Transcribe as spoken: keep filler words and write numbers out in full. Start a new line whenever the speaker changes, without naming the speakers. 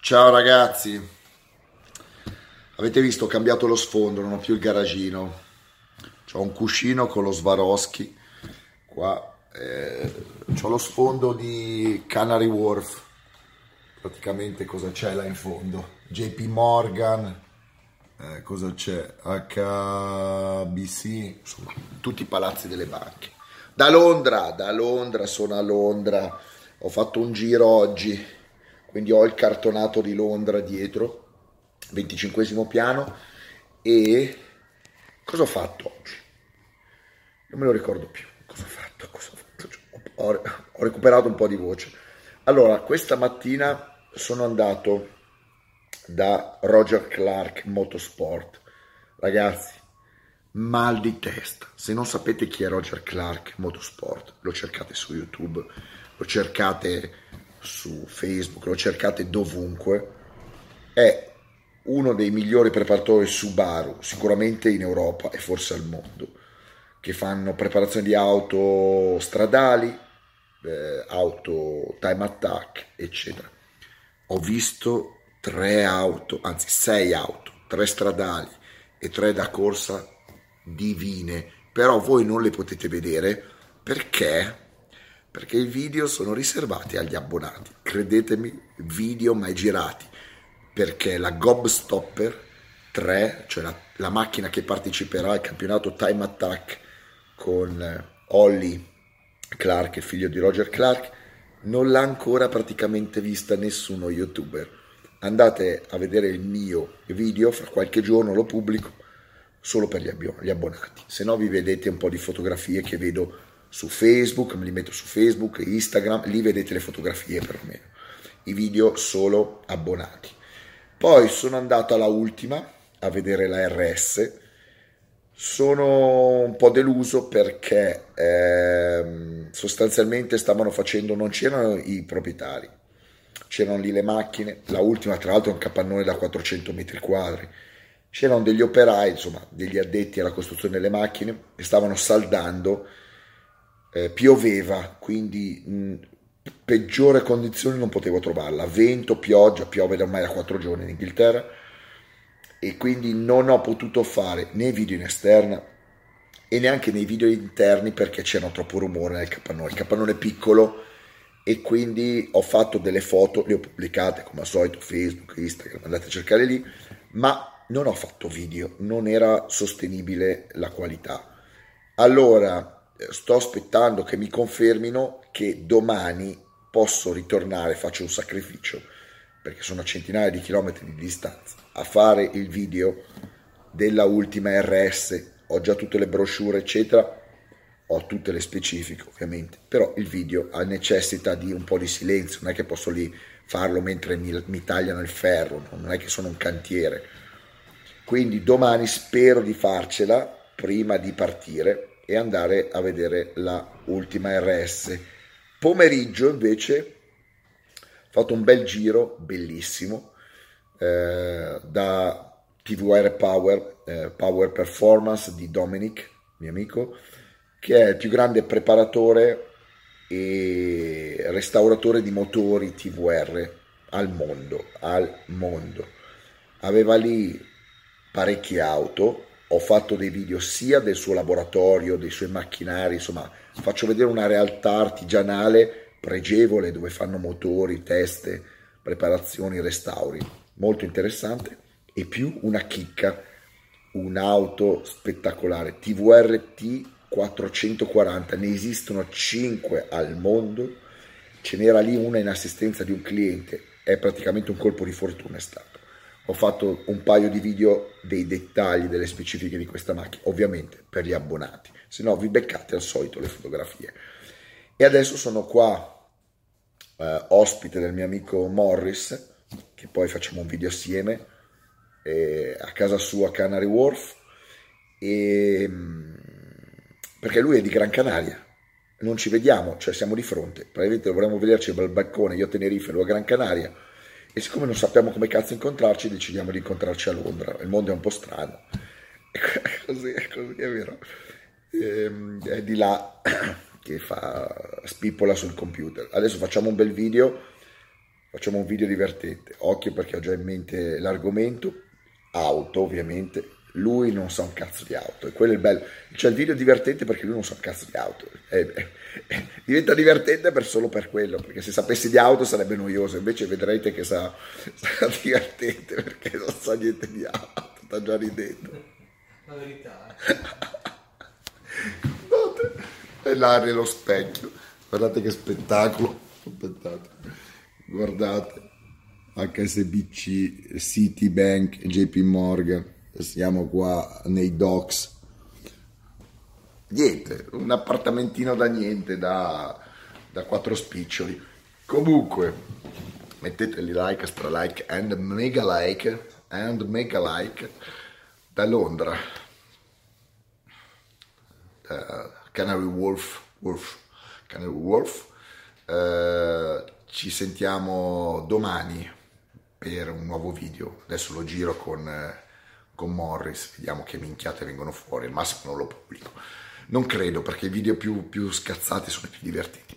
Ciao ragazzi, avete visto, ho cambiato lo sfondo, non ho più il garagino, ho un cuscino con lo Swarovski, qua eh, ho lo sfondo di Canary Wharf, praticamente cosa c'è là in fondo? J P Morgan, eh, cosa c'è? H B C, insomma, tutti i palazzi delle banche. Da Londra, da Londra, sono a Londra, ho fatto un giro oggi, quindi ho il cartonato di Londra dietro, venticinquesimo piano, e cosa ho fatto oggi? Non me lo ricordo più, cosa ho fatto? Cosa ho, fatto? Ho, ho recuperato un po' di voce. Allora, questa mattina sono andato da Roger Clark Motorsport. Ragazzi, mal di testa. Se non sapete chi è Roger Clark Motorsport, lo cercate su YouTube, lo cercate su Facebook, lo cercate dovunque. È uno dei migliori preparatori Subaru, sicuramente in Europa e forse al mondo, che fanno preparazioni di auto stradali, eh, auto time attack, eccetera. Ho visto tre auto, anzi sei auto, tre stradali e tre da corsa divine, però voi non le potete vedere perché perché i video sono riservati agli abbonati, credetemi, video mai girati, perché la Gobstopper tre, cioè la, la macchina che parteciperà al campionato Time Attack con Ollie Clark, il figlio di Roger Clark, non l'ha ancora praticamente vista nessuno youtuber. Andate a vedere il mio video, fra qualche giorno lo pubblico solo per gli abbonati, se no vi vedete un po' di fotografie che vedo su Facebook, me li metto su Facebook, Instagram, lì vedete le fotografie perlomeno, i video solo abbonati. Poi sono andato alla ultima a vedere la R S, sono un po' deluso perché eh, sostanzialmente stavano facendo, non c'erano i proprietari, c'erano lì le macchine, la ultima tra l'altro è un capannone da quattrocento metri quadri, c'erano degli operai, insomma degli addetti alla costruzione delle macchine e stavano saldando, eh, pioveva, quindi mh, peggiore condizioni non potevo trovarla, vento, pioggia, piove da ormai da quattro giorni in Inghilterra, e quindi non ho potuto fare né video in esterna e neanche nei video interni perché c'era troppo rumore nel capannone, il capannone è piccolo, e quindi ho fatto delle foto, le ho pubblicate come al solito Facebook, Instagram, andate a cercare lì, ma non ho fatto video, non era sostenibile la qualità. Allora sto aspettando che mi confermino che domani posso ritornare, faccio un sacrificio perché sono a centinaia di chilometri di distanza, a fare il video della ultima R S. Ho già tutte le brochure eccetera, ho tutte le specifiche ovviamente, però il video necessita di un po' di silenzio, non è che posso lì farlo mentre mi, mi tagliano il ferro, non è che sono un cantiere. Quindi domani spero di farcela prima di partire e andare a vedere la ultima R S. Pomeriggio invece ho fatto un bel giro, bellissimo, eh, da T V R Power, eh, Power Performance di Dominic, mio amico, che è il più grande preparatore e restauratore di motori T V R al mondo, al mondo. Aveva lì parecchie auto, ho fatto dei video sia del suo laboratorio, dei suoi macchinari, insomma faccio vedere una realtà artigianale pregevole dove fanno motori, teste, preparazioni, restauri, molto interessante, e più una chicca, un'auto spettacolare, T V R T quattrocentoquaranta, ne esistono cinque al mondo, ce n'era lì una in assistenza di un cliente, è praticamente un colpo di fortuna è stato. Ho fatto un paio di video dei dettagli, delle specifiche di questa macchina, ovviamente per gli abbonati, se no vi beccate al solito le fotografie. E adesso sono qua, eh, ospite del mio amico Morris, che poi facciamo un video assieme, eh, a casa sua a Canary Wharf, e, perché lui è di Gran Canaria, non ci vediamo, cioè siamo di fronte, praticamente dovremmo vederci dal balcone, io a Tenerife, lui a Gran Canaria, e siccome non sappiamo come cazzo incontrarci, decidiamo di incontrarci a Londra. Il mondo è un po' strano, è così, è così, è vero. E, è di là che fa spippola sul computer. Adesso facciamo un bel video, facciamo un video divertente, occhio perché ho già in mente l'argomento, auto ovviamente, lui non sa un cazzo di auto, e quello è il bello, cioè il video è divertente perché lui non sa un cazzo di auto, è, è, è, diventa divertente per, solo per quello, perché se sapessi di auto sarebbe noioso, invece vedrete che sarà, sarà divertente perché non sa niente di auto, sta già ridendo.
La verità è...
E l'aria e lo specchio, guardate che spettacolo, aspettate, guardate, H S B C, Citibank, J P Morgan, siamo qua nei docks, niente, un appartamentino da niente, da, da quattro spiccioli. Comunque metteteli like, stra like and mega like and mega like da Londra, uh, Canary Wharf, Wharf, Canary Wharf. Uh, ci sentiamo domani per un nuovo video, adesso lo giro con, uh, con Morris, vediamo che minchiate vengono fuori, al massimo non lo pubblico, non credo perché i video più, più scazzati sono i più divertenti.